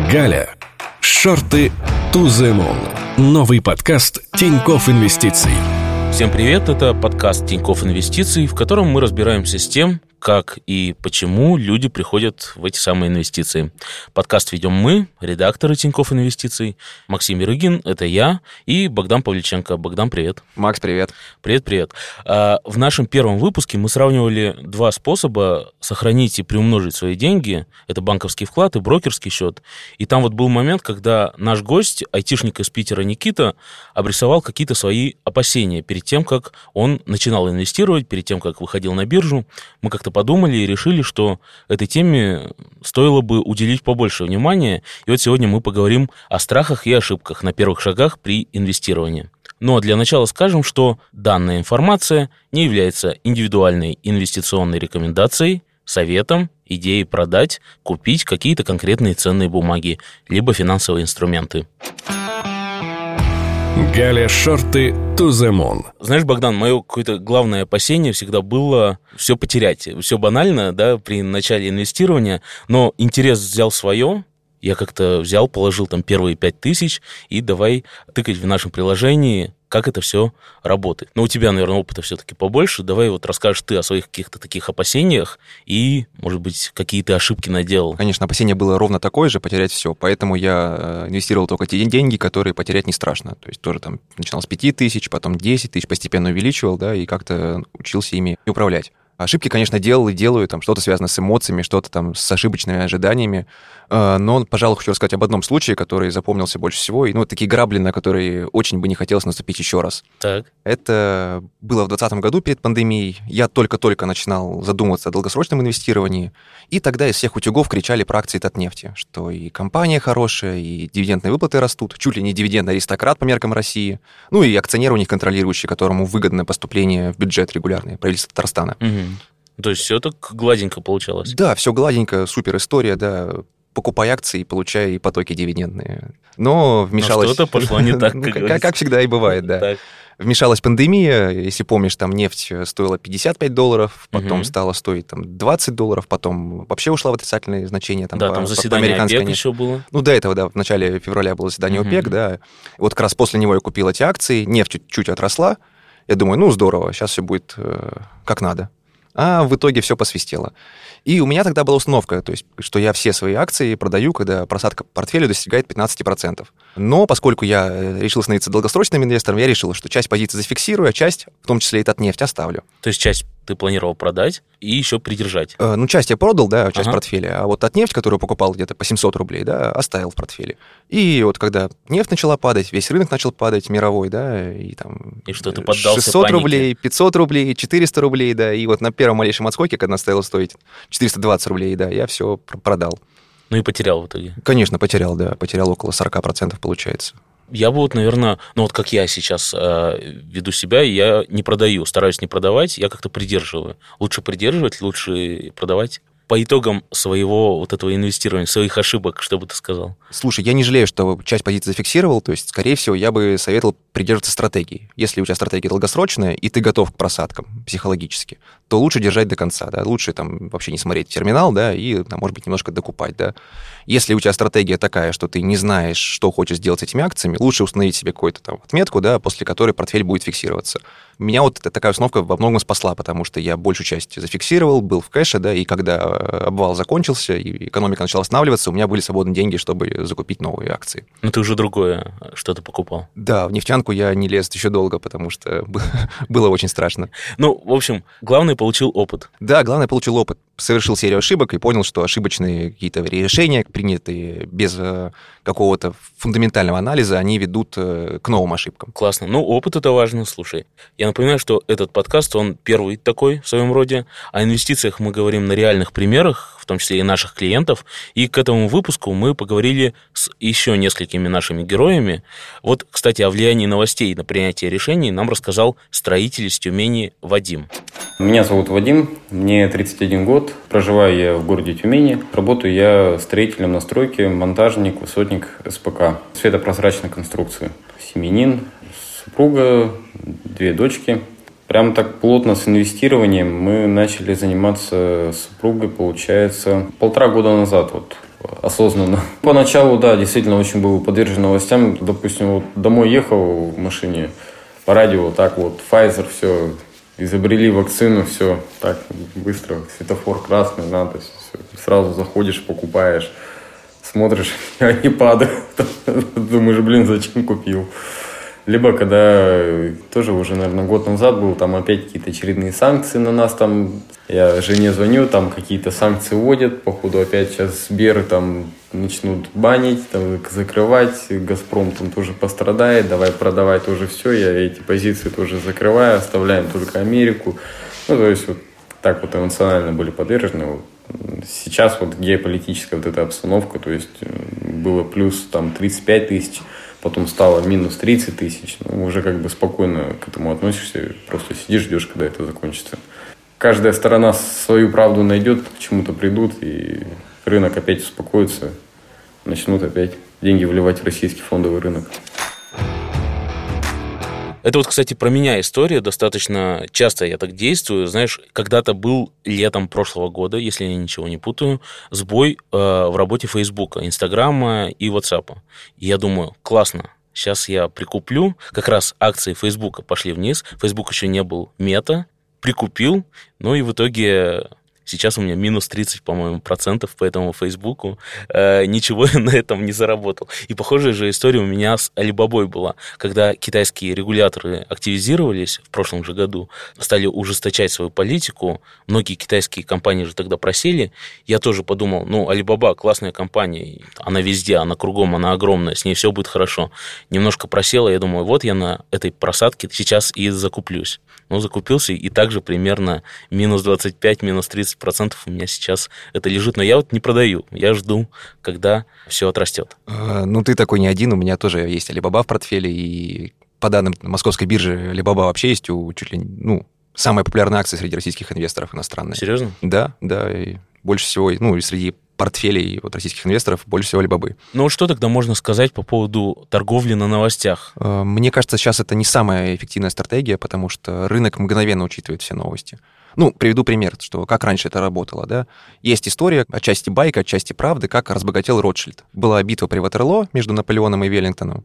Галя. Шорты to the moon. Новый подкаст Тинькофф Инвестиций. Всем привет, это подкаст Тинькофф Инвестиций, в котором мы разбираемся с тем, как и почему люди приходят в эти самые инвестиции. Подкаст ведем мы, редакторы Тинькофф Инвестиций. Максим Ярыгин, это я, и Богдан Павличенко. Богдан, привет. Макс, привет. Привет. В нашем первом выпуске мы сравнивали два способа сохранить и приумножить свои деньги. Это банковский вклад и брокерский счет. И там вот был момент, когда наш гость, айтишник из Питера Никита, обрисовал какие-то свои опасения перед тем, как он начинал инвестировать, перед тем, как выходил на биржу. Мы как-то подумали и решили, что этой теме стоило бы уделить побольше внимания. И вот сегодня мы поговорим о страхах и ошибках на первых шагах при инвестировании. Но для начала скажем, что данная информация не является индивидуальной инвестиционной рекомендацией, советом, идеей продать, купить какие-то конкретные ценные бумаги, либо финансовые инструменты. Галя, шорты to the moon. Знаешь, Богдан, мое какое-то главное опасение всегда было все потерять. Все банально, да, при начале инвестирования, но интерес взял свое. Я как-то взял, положил там первые 5000 и давай тыкать в нашем приложении, как это все работает. Но у тебя, наверное, опыта все-таки побольше. Давай вот расскажешь ты о своих каких-то таких опасениях и, может быть, какие ты ошибки наделал. Конечно, опасение было ровно такое же, потерять все. Поэтому я инвестировал только те деньги, которые потерять не страшно. То есть тоже там начинал с 5000, потом 10 тысяч, постепенно увеличивал, да, и как-то учился ими управлять. Ошибки, конечно, делал и делаю, там что-то связано с эмоциями, что-то там с ошибочными ожиданиями, но, пожалуй, хочу рассказать об одном случае, который запомнился больше всего, и, такие грабли, на которые очень бы не хотелось наступить еще раз. Так. Это было в 2020 году перед пандемией, я только-только начинал задумываться о долгосрочном инвестировании, и тогда из всех утюгов кричали про акции Татнефти, что и компания хорошая, и дивидендные выплаты растут, чуть ли не дивидендный аристократ по меркам России, и акционер у них контролирующий, которому выгодно поступление в бюджет регулярное, правительство Татарстана. То есть все так гладенько получалось? Да, все гладенько, супер история, да. Покупай акции, получай потоки дивидендные. Но вмешалась... Но что-то пошло не так, как всегда и бывает, да. Так. Вмешалась пандемия, если помнишь, там нефть стоила $55, потом стала стоить там $20, потом вообще ушла в отрицательные значения. Там, да, там заседание ОПЕК еще было. До этого, да, в начале февраля было заседание ОПЕК, да. Вот как раз после него я купил эти акции, нефть чуть-чуть отросла. Я думаю, здорово, сейчас все будет как надо. А в итоге все посвистело. И у меня тогда была установка, то есть, что я все свои акции продаю, когда просадка портфеля достигает 15%. Но поскольку я решил становиться долгосрочным инвестором, я решил, что часть позиций зафиксирую, а часть, в том числе и Татнефть, оставлю. То есть часть ты планировал продать и еще придержать? Часть я продал, да, часть портфеля, а вот Татнефть, которую покупал где-то по 700 рублей, да, оставил в портфеле. И вот когда нефть начала падать, весь рынок начал падать, мировой, да, и там... И что ты поддался 600 панике. рублей, 500 рублей, 400 рублей, да, и вот на первом малейшем отскоке, когда она стала стоить 420 рублей, да, я все продал. И потерял в итоге? Конечно, потерял, да, потерял около 40% получается. Я бы, наверное, как я сейчас веду себя, я не продаю, стараюсь не продавать, я как-то придерживаю. Лучше придерживать, лучше продавать. По итогам своего вот этого инвестирования, своих ошибок, что бы ты сказал? Слушай, я не жалею, что часть позиций зафиксировал, то есть, скорее всего, я бы советовал придерживаться стратегии. Если у тебя стратегия долгосрочная, и ты готов к просадкам психологически, то лучше держать до конца, да, лучше там вообще не смотреть в терминал, да, и, может быть, немножко докупать, да. Если у тебя стратегия такая, что ты не знаешь, что хочешь сделать с этими акциями, лучше установить себе какую-то там отметку, да, после которой портфель будет фиксироваться. Меня вот такая установка во многом спасла, потому что я большую часть зафиксировал, был в кэше, да, и когда обвал закончился, и экономика начала останавливаться, у меня были свободные деньги, чтобы закупить новые акции. Но ты уже другое что-то покупал. Да, в нефтянку я не лез еще долго, потому что было очень страшно. В общем, главное, получил опыт. Да, главное, получил опыт. Совершил серию ошибок и понял, что ошибочные какие-то решения, принятые без какого-то фундаментального анализа, они ведут к новым ошибкам. Классно. Опыт — это важно. Слушай, я напоминаю, что этот подкаст, он первый такой в своем роде. О инвестициях мы говорим на реальных примерах, в том числе и наших клиентов. И к этому выпуску мы поговорили с еще несколькими нашими героями. Вот, кстати, о влиянии новостей на принятие решений нам рассказал строитель из Тюмени Вадим. Меня зовут Вадим, мне 31 год, проживаю я в городе Тюмени. Работаю я строителем на стройке, монтажник, высотник СПК, светопрозрачной конструкции. Семьянин, супруга, 2 дочки. Прям так плотно с инвестированием мы начали заниматься с супругой, получается, 1,5 года назад. осознанно. Поначалу, да, действительно очень был подвержен новостям. Допустим, вот домой ехал в машине, по радио, так вот, Pfizer, все, изобрели вакцину, все, так, быстро, светофор красный, надо, все, сразу заходишь, покупаешь, смотришь, они падают, думаешь, блин, зачем купил. Либо когда тоже уже, наверное, год назад был, там опять какие-то очередные санкции на нас, там я жене звоню, там какие-то санкции вводят, походу опять сейчас Сбер там начнут банить, там закрывать, Газпром там тоже пострадает, давай продавай тоже все, я эти позиции тоже закрываю, оставляем только Америку. Ну, то есть вот так вот эмоционально были подвержены. Вот. Сейчас вот геополитическая вот эта обстановка, то есть было плюс там 35 тысяч, потом стало минус 30 тысяч, ну, уже как бы спокойно к этому относишься, просто сидишь, ждешь, когда это закончится. Каждая сторона свою правду найдет, к чему-то придут, и рынок опять успокоится, начнут опять деньги вливать в российский фондовый рынок. Это вот, кстати, про меня история. Достаточно часто я так действую. Знаешь, когда-то был летом прошлого года, если я ничего не путаю, сбой в работе Фейсбука, Инстаграма и Ватсапа. И я думаю, классно, сейчас я прикуплю. Как раз акции Фейсбука пошли вниз. Фейсбук еще не был мета. Прикупил. Ну и в итоге... Сейчас у меня минус 30, по-моему, процентов по этому Фейсбуку. Ничего я на этом не заработал. И похожая же история у меня с Alibaba была. Когда китайские регуляторы активизировались в прошлом же году, стали ужесточать свою политику, многие китайские компании же тогда просели, я тоже подумал, ну, Alibaba классная компания, она везде, она кругом, она огромная, с ней все будет хорошо. Немножко просела, я думаю, вот я на этой просадке сейчас и закуплюсь. Ну, закупился, и также примерно минус 25, минус 30% у меня сейчас это лежит. Но я вот не продаю, я жду, когда все отрастет. Ну, ты такой не один, у меня тоже есть Alibaba в портфеле, и по данным московской биржи, Alibaba вообще есть у чуть ли, ну, самая популярная акция среди российских инвесторов иностранная. Серьезно? Да, и больше всего, ну, и среди портфелей вот российских инвесторов больше всего Alibaba. Ну, что тогда можно сказать по поводу торговли на новостях? Мне кажется, сейчас это не самая эффективная стратегия, потому что рынок мгновенно учитывает все новости. Ну, приведу пример, что как раньше это работало, да. Есть история, отчасти байка, отчасти правды, как разбогател Ротшильд. Была битва при Ватерлоо между Наполеоном и Веллингтоном,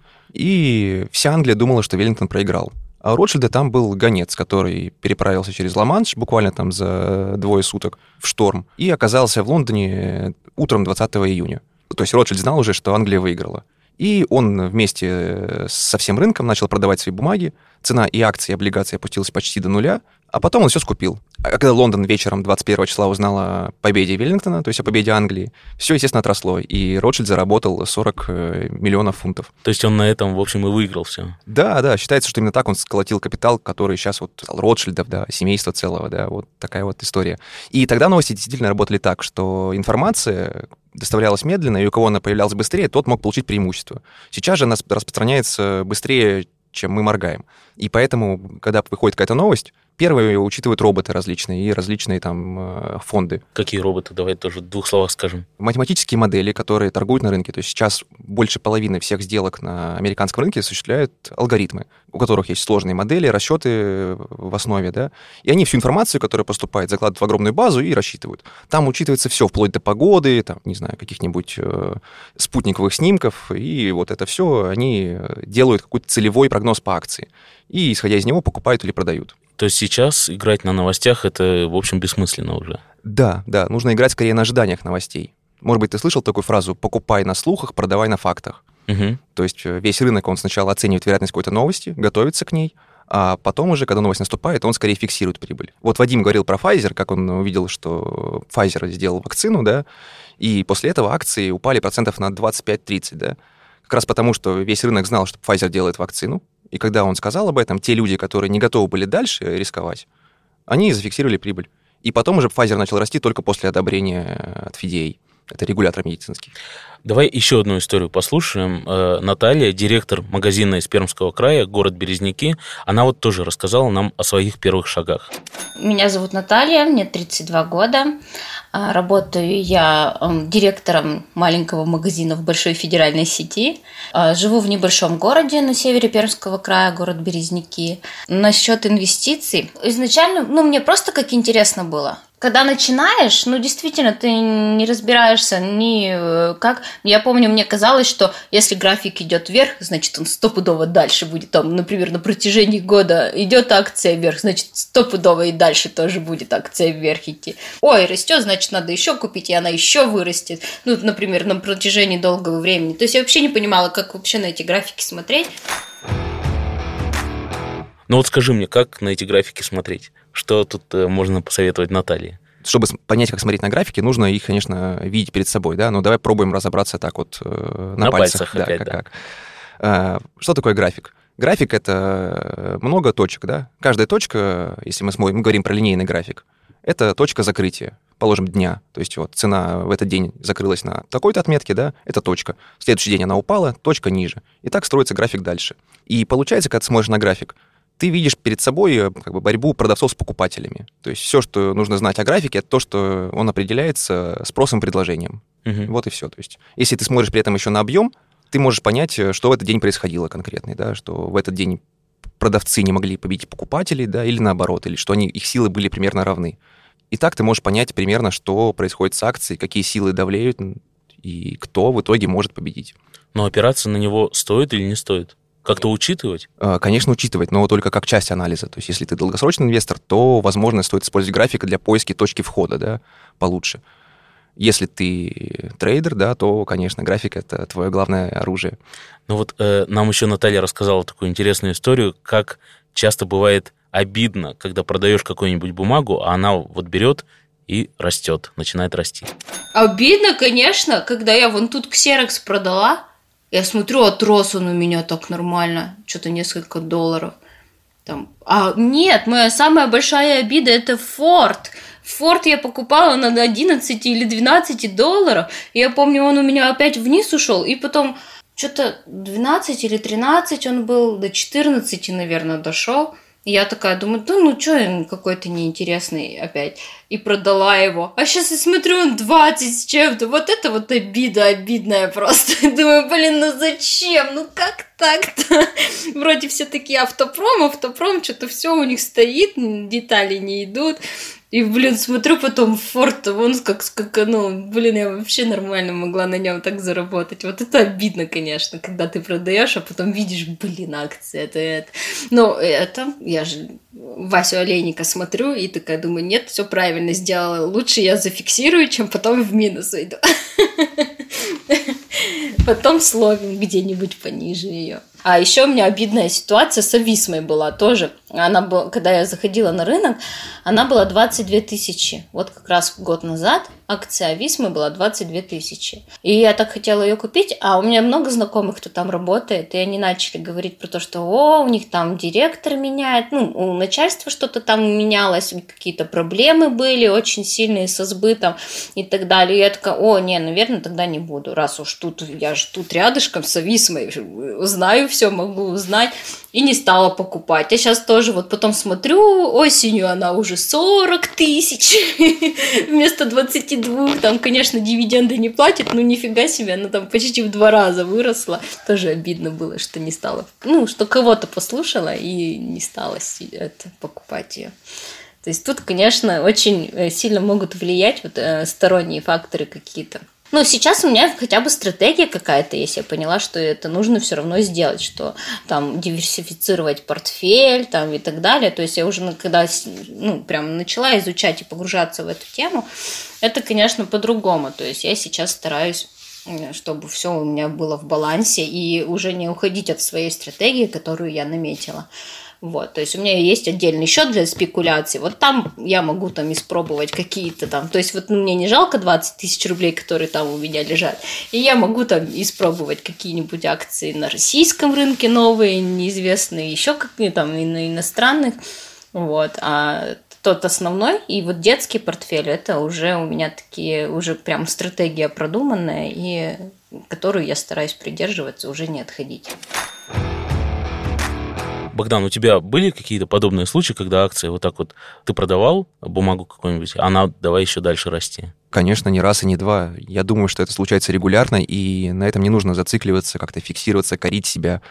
и вся Англия думала, что Веллингтон проиграл. А у Ротшильда там был гонец, который переправился через Ла-Манш буквально там за 2 суток в шторм и оказался в Лондоне утром 20 июня. То есть Ротшильд знал уже, что Англия выиграла. И он вместе со всем рынком начал продавать свои бумаги. Цена и акций, и облигаций опустилась почти до нуля, а потом он все скупил. А когда Лондон вечером 21 числа узнал о победе Веллингтона, то есть о победе Англии, все, естественно, отросло, и Ротшильд заработал 40 миллионов фунтов. То есть он на этом, в общем, и выиграл все. Да, считается, что именно так он сколотил капитал, который сейчас вот Ротшильдов, да, семейство целого, да, вот такая вот история. И тогда новости действительно работали так, что информация доставлялась медленно, и у кого она появлялась быстрее, тот мог получить преимущество. Сейчас же она распространяется быстрее, чем мы моргаем. И поэтому, когда выходит какая-то новость, первые учитывают роботы различные и различные там фонды. Какие роботы? Давай тоже в 2 словах скажем. Математические модели, которые торгуют на рынке. То есть сейчас больше половины всех сделок на американском рынке осуществляют алгоритмы, у которых есть сложные модели, расчеты в основе, да, и они всю информацию, которая поступает, закладывают в огромную базу и рассчитывают. Там учитывается все, вплоть до погоды, там, не знаю, каких-нибудь спутниковых снимков, и вот это все они делают какой-то целевой прогноз по акции. И, исходя из него, покупают или продают. То есть сейчас играть на новостях, это, в общем, бессмысленно уже. Да, нужно играть скорее на ожиданиях новостей. Может быть, ты слышал такую фразу «покупай на слухах, продавай на фактах». Угу. То есть весь рынок, он сначала оценивает вероятность какой-то новости, готовится к ней, а потом уже, когда новость наступает, он скорее фиксирует прибыль. Вот Вадим говорил про Pfizer, как он увидел, что Pfizer сделал вакцину, да, и после этого акции упали процентов на 25-30, да, как раз потому, что весь рынок знал, что Pfizer делает вакцину, и когда он сказал об этом, те люди, которые не готовы были дальше рисковать, они зафиксировали прибыль. И потом уже Pfizer начал расти только после одобрения от FDA. Это регулятор медицинский. Давай еще одну историю послушаем. Наталья, директор магазина из Пермского края, город Березники, она вот тоже рассказала нам о своих первых шагах. Меня зовут Наталья, мне 32 года. Работаю я директором маленького магазина в большой федеральной сети. Живу в небольшом городе на севере Пермского края, город Березники. Насчет инвестиций. Изначально, мне просто как интересно было. когда начинаешь, действительно, ты не разбираешься ни как. Я помню, мне казалось, что если график идет вверх, значит, он стопудово дальше будет. Там, например, на протяжении года идет акция вверх, значит, стопудово и дальше тоже будет акция вверх идти. Ой, растет, значит, надо еще купить, и она еще вырастет. Например, на протяжении долгого времени. То есть я вообще не понимала, как вообще на эти графики смотреть. Вот скажи мне, как на эти графики смотреть? Что тут можно посоветовать Наталье? Чтобы понять, как смотреть на графики, нужно их, конечно, видеть перед собой, да, но давай пробуем разобраться так вот на пальцах. Да, опять, как. Что такое график? График — это много точек, да. Каждая точка, если мы говорим про линейный график, это точка закрытия, положим, дня. То есть вот цена в этот день закрылась на такой-то отметке, да, это точка. В следующий день она упала, точка ниже. И так строится график дальше. И получается, когда ты смотришь на график, ты видишь перед собой борьбу продавцов с покупателями. То есть все, что нужно знать о графике, это то, что он определяется спросом и предложением. Вот и все. То есть если ты смотришь при этом еще на объем, ты можешь понять, что в этот день происходило конкретно, да, что в этот день продавцы не могли победить покупателей, да, или наоборот, или что их силы были примерно равны. И так ты можешь понять примерно, что происходит с акцией, какие силы давлеют и кто в итоге может победить. Но опираться на него стоит или не стоит? Как-то учитывать? Конечно, учитывать, но только как часть анализа. То есть если ты долгосрочный инвестор, то, возможно, стоит использовать график для поиска точки входа, да, получше. Если ты трейдер, да, то, конечно, график — это твое главное оружие. Нам еще Наталья рассказала такую интересную историю, как часто бывает обидно, когда продаешь какую-нибудь бумагу, а она берет и растет, начинает расти. Обидно, конечно, когда я тут Ксерокс продала. Я смотрю, отрос он у меня так нормально, что-то несколько $. Нет, моя самая большая обида – это Форд. Форд я покупала на 11 или 12 $. Я помню, он у меня опять вниз ушел, и потом что-то 12 или 13 он был, до 14, наверное, дошел. И я такая думаю, что он какой-то неинтересный опять. И продала его. А сейчас я смотрю, он 20 с чем-то. Вот это обида обидная просто. Думаю, зачем? Как так-то? Вроде все такие автопром, что-то все у них стоит, детали не идут. И, смотрю потом Форд, он как скаканул. Я вообще нормально могла на нем так заработать. Вот это обидно, конечно, когда ты продаешь, а потом видишь, акция, это. Но это, я же Васю Олейника смотрю и такая думаю, нет, все правильно сделала. Лучше я зафиксирую, чем потом в минус уйду. Потом словим где-нибудь пониже ее. А еще у меня обидная ситуация с Ависмой была тоже. Она была, когда я заходила на рынок, она была 22 тысячи. Вот как раз год назад акция Ависмы была 22 тысячи. И я так хотела ее купить, а у меня много знакомых, кто там работает, и они начали говорить про то, что у них там директор меняет, у начальства что-то там менялось, какие-то проблемы были очень сильные со сбытом и так далее. И я такая, наверное, тогда не буду, раз уж я же тут рядышком с Ависмой, знаю все, могу узнать, и не стала покупать. Я сейчас тоже потом смотрю, осенью она уже 40 тысяч вместо 22, там, конечно, дивиденды не платит, но нифига себе, она там почти в 2 раза выросла. Тоже обидно было, что не стала, что кого-то послушала и не стала покупать ее. То есть тут, конечно, очень сильно могут влиять сторонние факторы какие-то. Сейчас у меня хотя бы стратегия какая-то есть. Я поняла, что это нужно все равно сделать, что там диверсифицировать портфель там, и так далее. То есть я уже когда прям начала изучать и погружаться в эту тему, это, конечно, по-другому. То есть я сейчас стараюсь, чтобы все у меня было в балансе и уже не уходить от своей стратегии, которую я наметила. То есть у меня есть отдельный счет для спекуляций. Там я могу испробовать какие-то там. То есть мне не жалко 20 тысяч рублей, которые там у меня лежат. И я могу испробовать какие-нибудь акции на российском рынке новые, неизвестные, еще какие-то там и на иностранных. А тот основной и детский портфель, это уже у меня такие, уже прям стратегия продуманная, и которую я стараюсь придерживаться, уже не отходить. Богдан, у тебя были какие-то подобные случаи, когда акции ты продавал бумагу какую-нибудь, а она давай еще дальше расти? Конечно, не раз и не два. Я думаю, что это случается регулярно, и на этом не нужно зацикливаться, как-то фиксироваться, корить себя.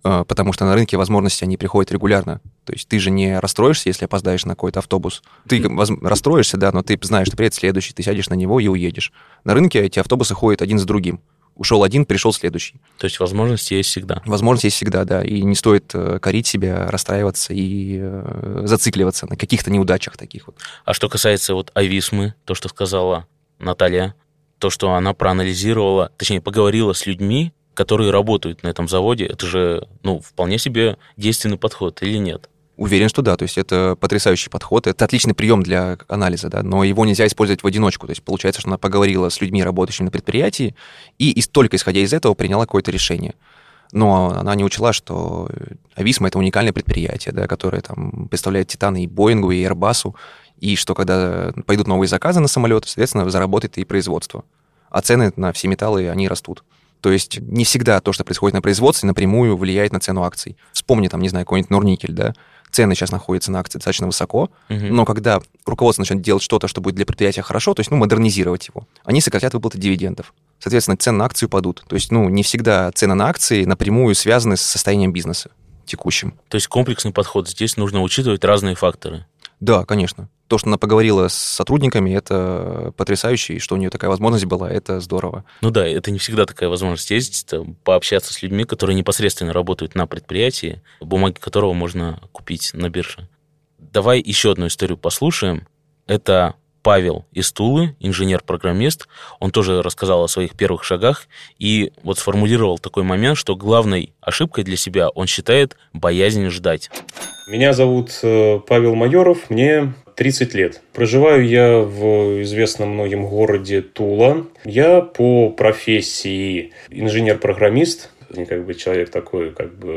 потому что на рынке возможности, они приходят регулярно. То есть ты же не расстроишься, если опоздаешь на какой-то автобус. Ты расстроишься, да, но ты знаешь, что приедет следующий, ты сядешь на него и уедешь. На рынке эти автобусы ходят один за другим. Ушел один, пришел следующий. То есть возможности есть всегда. Возможности есть всегда, да. И не стоит корить себя, расстраиваться и зацикливаться на каких-то неудачах таких вот. А что касается вот Ависмы, то, что сказала Наталья, то, что она проанализировала, точнее, поговорила с людьми, которые работают на этом заводе, это же, вполне себе действенный подход, или нет? Уверен, что да, то есть это потрясающий подход, это отличный прием для анализа, да, но его нельзя использовать в одиночку, то есть получается, что она поговорила с людьми, работающими на предприятии, и только исходя из этого приняла какое-то решение. Но она не учла, что Ависма — это уникальное предприятие, да, которое там представляет титаны и Боингу, и Airbus'у, и что когда пойдут новые заказы на самолеты, соответственно, заработает и производство. А цены на все металлы, они растут. То есть не всегда то, что происходит на производстве, напрямую влияет на цену акций. Вспомни, там, не знаю, какой-нибудь Норникель, да, цены сейчас находятся на акции достаточно высоко, но когда руководство начнет делать что-то, что будет для предприятия хорошо, то есть, модернизировать его, они сократят выплаты дивидендов. Соответственно, цены на акции упадут. То есть, не всегда цены на акции напрямую связаны с состоянием бизнеса текущим. То есть комплексный подход. Здесь нужно учитывать разные факторы. Да, конечно. То, что она поговорила с сотрудниками, это потрясающе, и что у нее такая возможность была, это здорово. Ну да, это не всегда такая возможность есть, пообщаться с людьми, которые непосредственно работают на предприятии, бумаги которого можно купить на бирже. Давай еще одну историю послушаем. Это Павел из Тулы, инженер-программист. Он тоже рассказал о своих первых шагах и вот сформулировал такой момент, что главной ошибкой для себя он считает боязнь ждать. Меня зовут Павел Майоров, мне 30 лет. Проживаю я в известном многим городе Тула. Я по профессии инженер-программист. Человек такой,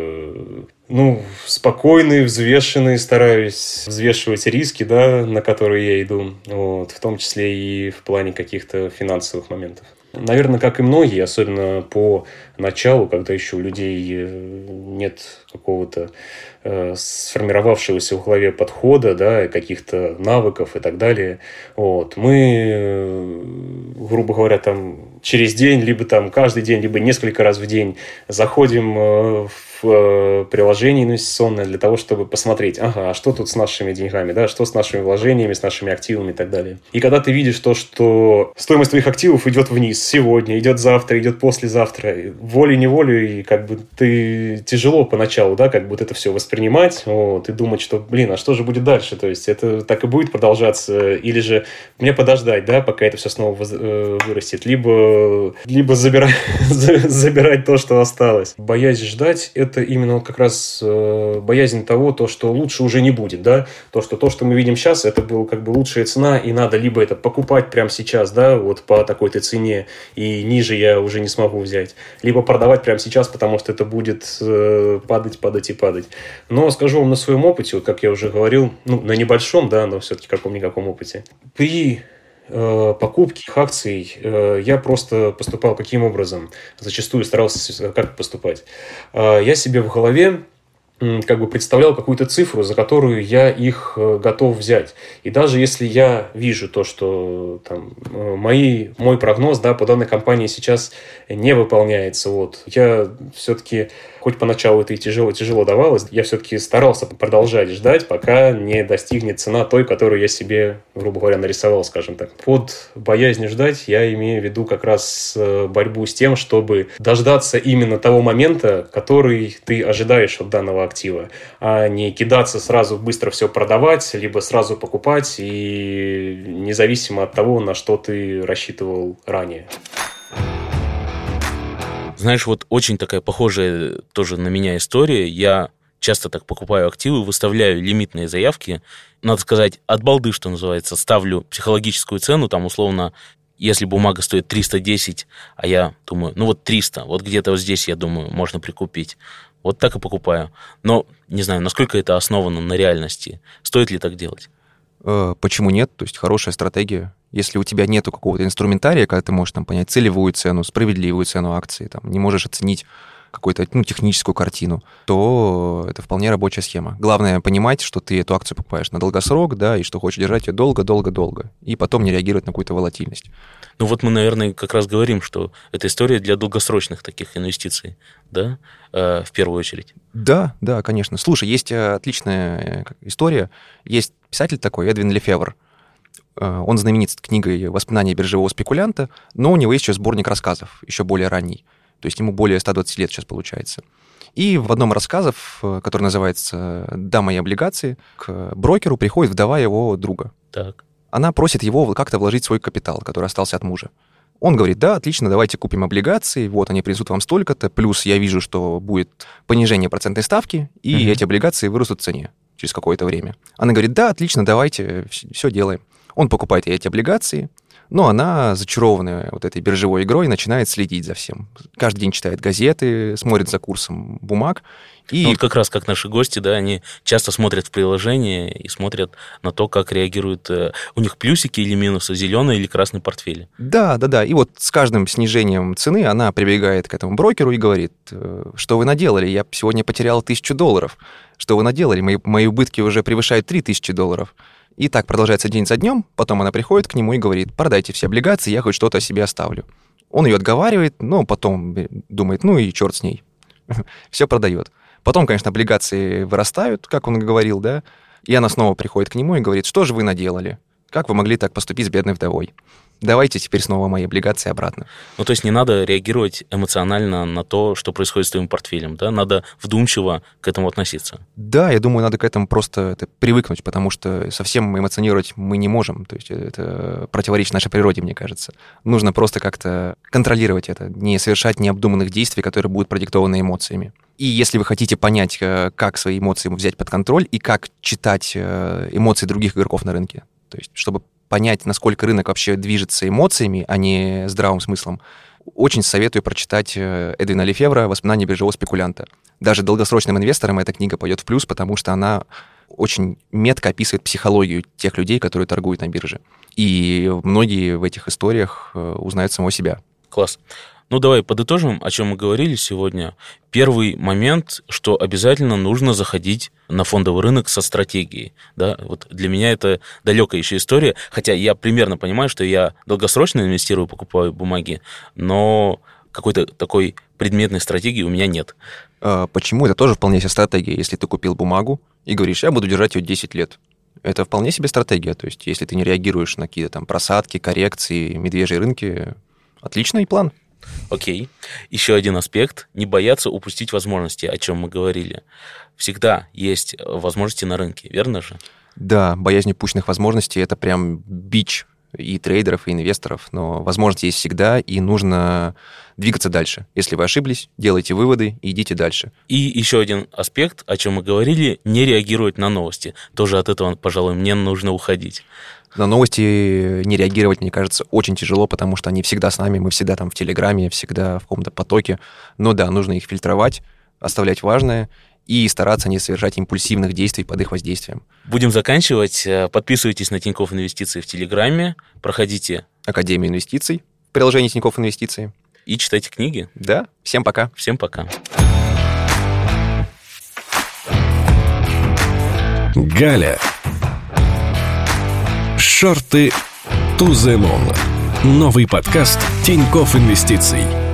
спокойный, взвешенный, стараюсь взвешивать риски, да, на которые я иду, в том числе и в плане каких-то финансовых моментов. Наверное, как и многие, особенно по началу, когда еще у людей нет какого-то сформировавшегося в голове подхода, да, каких-то навыков и так далее. Мы, грубо говоря, там через день, либо там каждый день, либо несколько раз в день заходим в приложение инвестиционное для того, чтобы посмотреть, а что тут с нашими деньгами, да, что с нашими вложениями, с нашими активами и так далее. И когда ты видишь то, что стоимость твоих активов идет вниз сегодня, идет завтра, идет послезавтра, волей-неволей, ты тяжело поначалу, да, это все воспринимать, и думать, что, а что же будет дальше? То есть это так и будет продолжаться, или же мне подождать, да, пока это все снова вырастет, либо забирать то, что осталось. Боязнь ждать — это именно как раз боязнь того, что лучше уже не будет, да, то, что мы видим сейчас, это была лучшая цена, и надо либо это покупать прямо сейчас, да, по такой-то цене, и ниже я уже не смогу взять, либо продавать прямо сейчас, потому что это будет падать и падать. Но скажу вам на своем опыте, как я уже говорил, на небольшом, да, но все-таки каком-никаком опыте. При покупки акций я просто поступал каким образом? Зачастую старался как поступать. Я себе в голове представлял какую-то цифру, за которую я их готов взять. И даже если я вижу то, что мой прогноз, да, по данной компании сейчас не выполняется, я все-таки, хоть поначалу это и тяжело давалось, я все-таки старался продолжать ждать, пока не достигнет цена той, которую я себе, грубо говоря, нарисовал, скажем так. Под боязнью ждать я имею в виду как раз борьбу с тем, чтобы дождаться именно того момента, который ты ожидаешь от данного актива, а не кидаться сразу быстро все продавать, либо сразу покупать, и независимо от того, на что ты рассчитывал ранее. Знаешь, очень такая похожая тоже на меня история. Я часто так покупаю активы, выставляю лимитные заявки. Надо сказать, от балды, что называется, ставлю психологическую цену, там условно, если бумага стоит 310, а я думаю, 300, где-то здесь, я думаю, можно прикупить. Так и покупаю. Но не знаю, насколько это основано на реальности. Стоит ли так делать? Почему нет? То есть хорошая стратегия. Если у тебя нету какого-то инструментария, когда ты можешь понять целевую цену, справедливую цену акции, не можешь оценить какую-то техническую картину, то это вполне рабочая схема. Главное понимать, что ты эту акцию покупаешь на долгосрок, да, и что хочешь держать ее долго-долго-долго, и потом не реагировать на какую-то волатильность. Ну вот мы, наверное, как раз говорим, что это история для долгосрочных таких инвестиций, да, в первую очередь. Да, конечно. Слушай, есть отличная история. Есть писатель такой, Эдвин Лефевр. Он знаменит книгой «Воспоминания биржевого спекулянта», но у него есть еще сборник рассказов, еще более ранний. То есть ему более 120 лет сейчас получается. И в одном из рассказов, который называется «Дама и облигации», к брокеру приходит вдова его друга. Так. Она просит его как-то вложить свой капитал, который остался от мужа. Он говорит: да, отлично, давайте купим облигации, вот они принесут вам столько-то, плюс я вижу, что будет понижение процентной ставки, и эти облигации вырастут в цене через какое-то время. Она говорит: да, отлично, давайте, все делаем. Он покупает эти облигации, но она, зачарованная вот этой биржевой игрой, начинает следить за всем. Каждый день читает газеты, смотрит за курсом бумаг. И... Ну, вот как раз как наши гости, да, они часто смотрят в приложение и смотрят на то, как реагируют у них плюсики или минусы, зеленые или красные портфели. Да. И вот с каждым снижением цены она прибегает к этому брокеру и говорит: что вы наделали? Я сегодня потерял $1000. Что вы наделали? Мои убытки уже превышают $3000. И так продолжается день за днем, потом она приходит к нему и говорит: продайте все облигации, я хоть что-то себе оставлю. Он ее отговаривает, но потом думает: ну и черт с ней. Все продает. Потом, конечно, облигации вырастают, как он говорил, да, и она снова приходит к нему и говорит: что же вы наделали? Как вы могли так поступить с бедной вдовой? Давайте теперь снова мои облигации обратно. Ну, то есть не надо реагировать эмоционально на то, что происходит с твоим портфелем, да? Надо вдумчиво к этому относиться. Да, я думаю, надо к этому просто привыкнуть, потому что совсем эмоционировать мы не можем. То есть это противоречит нашей природе, мне кажется. Нужно просто как-то контролировать это, не совершать необдуманных действий, которые будут продиктованы эмоциями. И если вы хотите понять, как свои эмоции взять под контроль и как читать эмоции других игроков на рынке, то есть чтобы понять, насколько рынок вообще движется эмоциями, а не здравым смыслом, очень советую прочитать Эдвина Лефевра «Воспоминания биржевого спекулянта». Даже долгосрочным инвесторам эта книга пойдет в плюс, потому что она очень метко описывает психологию тех людей, которые торгуют на бирже. И многие в этих историях узнают самого себя. Класс. Ну, давай подытожим, о чем мы говорили сегодня. Первый момент, что обязательно нужно заходить на фондовый рынок со стратегией. Да? Вот для меня это далекая еще история, хотя я примерно понимаю, что я долгосрочно инвестирую, покупаю бумаги, но какой-то такой предметной стратегии у меня нет. Почему? Это тоже вполне себе стратегия. Если ты купил бумагу и говоришь: я буду держать ее 10 лет. Это вполне себе стратегия. То есть если ты не реагируешь на какие-то там просадки, коррекции, медвежьи рынки, отличный план. Окей. Еще один аспект. Не бояться упустить возможности, о чем мы говорили. Всегда есть возможности на рынке, верно же? Да, боязнь упущенных возможностей – это прям бич и трейдеров, и инвесторов. Но возможности есть всегда, и нужно двигаться дальше. Если вы ошиблись, делайте выводы и идите дальше. И еще один аспект, о чем мы говорили, не реагировать на новости. Тоже от этого, пожалуй, мне нужно уходить. На новости не реагировать, мне кажется, очень тяжело, потому что они всегда с нами, мы всегда там в Телеграме, всегда в каком-то потоке. Но да, нужно их фильтровать, оставлять важное и стараться не совершать импульсивных действий под их воздействием. Будем заканчивать. Подписывайтесь на Тинькофф Инвестиции в Телеграме, проходите Академию инвестиций в приложении Тинькофф Инвестиции. И читайте книги. Да, всем пока. Всем пока. Галя. Шорты to the moon. Новый подкаст Тинькофф Инвестиций.